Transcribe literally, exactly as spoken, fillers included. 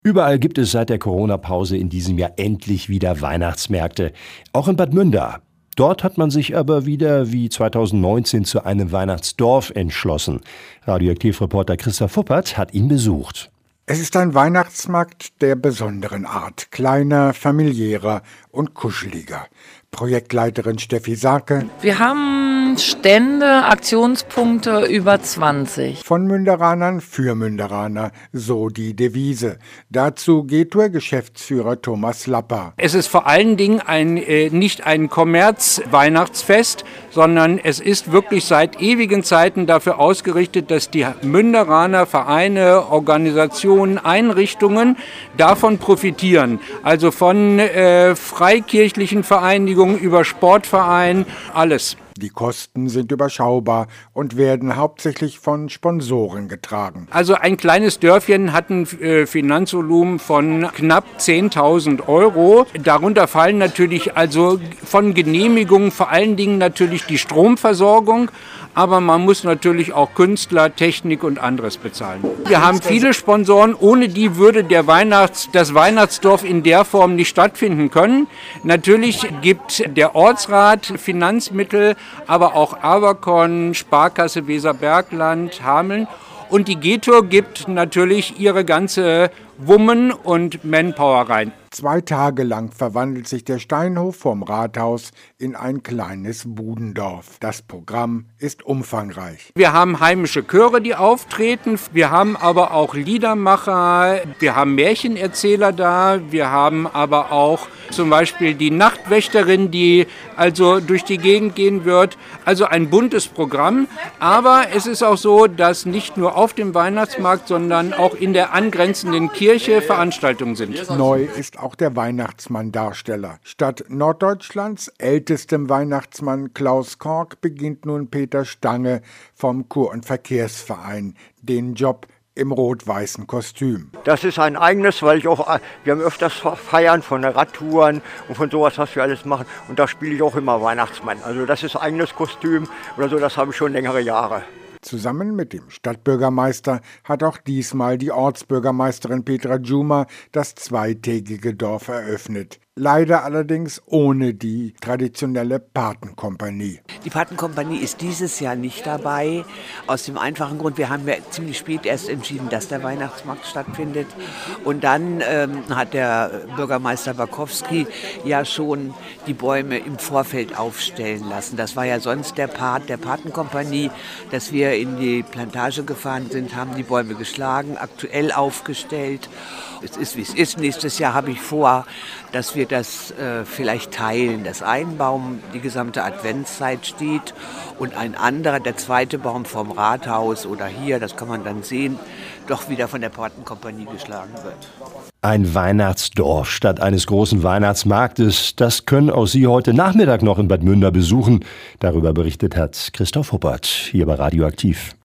Überall gibt es seit der Corona-Pause in diesem Jahr endlich wieder Weihnachtsmärkte. Auch in Bad Münder. Dort hat man sich aber wieder wie zweitausendneunzehn zu einem Weihnachtsdorf entschlossen. Radioaktivreporter Christoph Fuppert hat ihn besucht. Es ist ein Weihnachtsmarkt der besonderen Art. Kleiner, familiärer und kuscheliger. Projektleiterin Steffi Sarke. Wir haben Stände, Aktionspunkte über zwanzig. Von Münderanern für Münderaner, so die Devise. Dazu Getour-Geschäftsführer Thomas Lapper. Es ist vor allen Dingen ein, äh, nicht ein Kommerz-Weihnachtsfest, sondern es ist wirklich seit ewigen Zeiten dafür ausgerichtet, dass die Münderaner Vereine, Organisationen, Einrichtungen davon profitieren. Also von äh, freikirchlichen Vereinigungen über Sportverein, alles. Die Kosten sind überschaubar und werden hauptsächlich von Sponsoren getragen. Also ein kleines Dörfchen hat ein äh, Finanzvolumen von knapp zehntausend Euro. Darunter fallen natürlich also von Genehmigungen vor allen Dingen natürlich die Stromversorgung, aber man muss natürlich auch Künstler, Technik und anderes bezahlen. Wir haben viele Sponsoren, ohne die würde der Weihnachts-, das Weihnachtsdorf in der Form nicht stattfinden können. Natürlich gibt der Ortsrat Finanzmittel, aber auch Avacon, Sparkasse Weserbergland, Hameln. Und die Getour gibt natürlich ihre ganze Wummen und Manpower rein. Zwei Tage lang verwandelt sich der Steinhof vom Rathaus in ein kleines Budendorf. Das Programm ist umfangreich. Wir haben heimische Chöre, die auftreten. Wir haben aber auch Liedermacher. Wir haben Märchenerzähler da. Wir haben aber auch zum Beispiel die Nachtwächterin, die also durch die Gegend gehen wird. Also ein buntes Programm. Aber es ist auch so, dass nicht nur auf dem Weihnachtsmarkt, sondern auch in der angrenzenden Kirche Veranstaltungen sind. Neu ist auch der Weihnachtsmann-Darsteller. Statt Norddeutschlands ältestem Weihnachtsmann Klaus Kork beginnt nun Peter Stange vom Kur- und Verkehrsverein den Job im rot-weißen Kostüm. Das ist ein eigenes, weil ich auch, wir haben öfters Feiern von der Radtouren und von sowas, was wir alles machen. Und da spiele ich auch immer Weihnachtsmann. Also das ist ein eigenes Kostüm oder so, das habe ich schon längere Jahre. Zusammen mit dem Stadtbürgermeister hat auch diesmal die Ortsbürgermeisterin Petra Djuma das zweitägige Dorf eröffnet. Leider allerdings ohne die traditionelle Patenkompanie. Die Patenkompanie ist dieses Jahr nicht dabei, aus dem einfachen Grund, wir haben ja ziemlich spät erst entschieden, dass der Weihnachtsmarkt stattfindet. Und dann ähm, hat der Bürgermeister Bakowski ja schon die Bäume im Vorfeld aufstellen lassen. Das war ja sonst der Part der Patenkompanie, dass wir in die Plantage gefahren sind, haben die Bäume geschlagen, aktuell aufgestellt. Es ist, wie es ist. Nächstes Jahr habe ich vor, dass wir das äh, vielleicht teilen, dass ein Baum die gesamte Adventszeit steht und ein anderer, der zweite Baum vom Rathaus oder hier, das kann man dann sehen, doch wieder von der Patenkompanie geschlagen wird. Ein Weihnachtsdorf statt eines großen Weihnachtsmarktes, das können auch Sie heute Nachmittag noch in Bad Münder besuchen. Darüber berichtet hat Christoph Huppert hier bei Radioaktiv.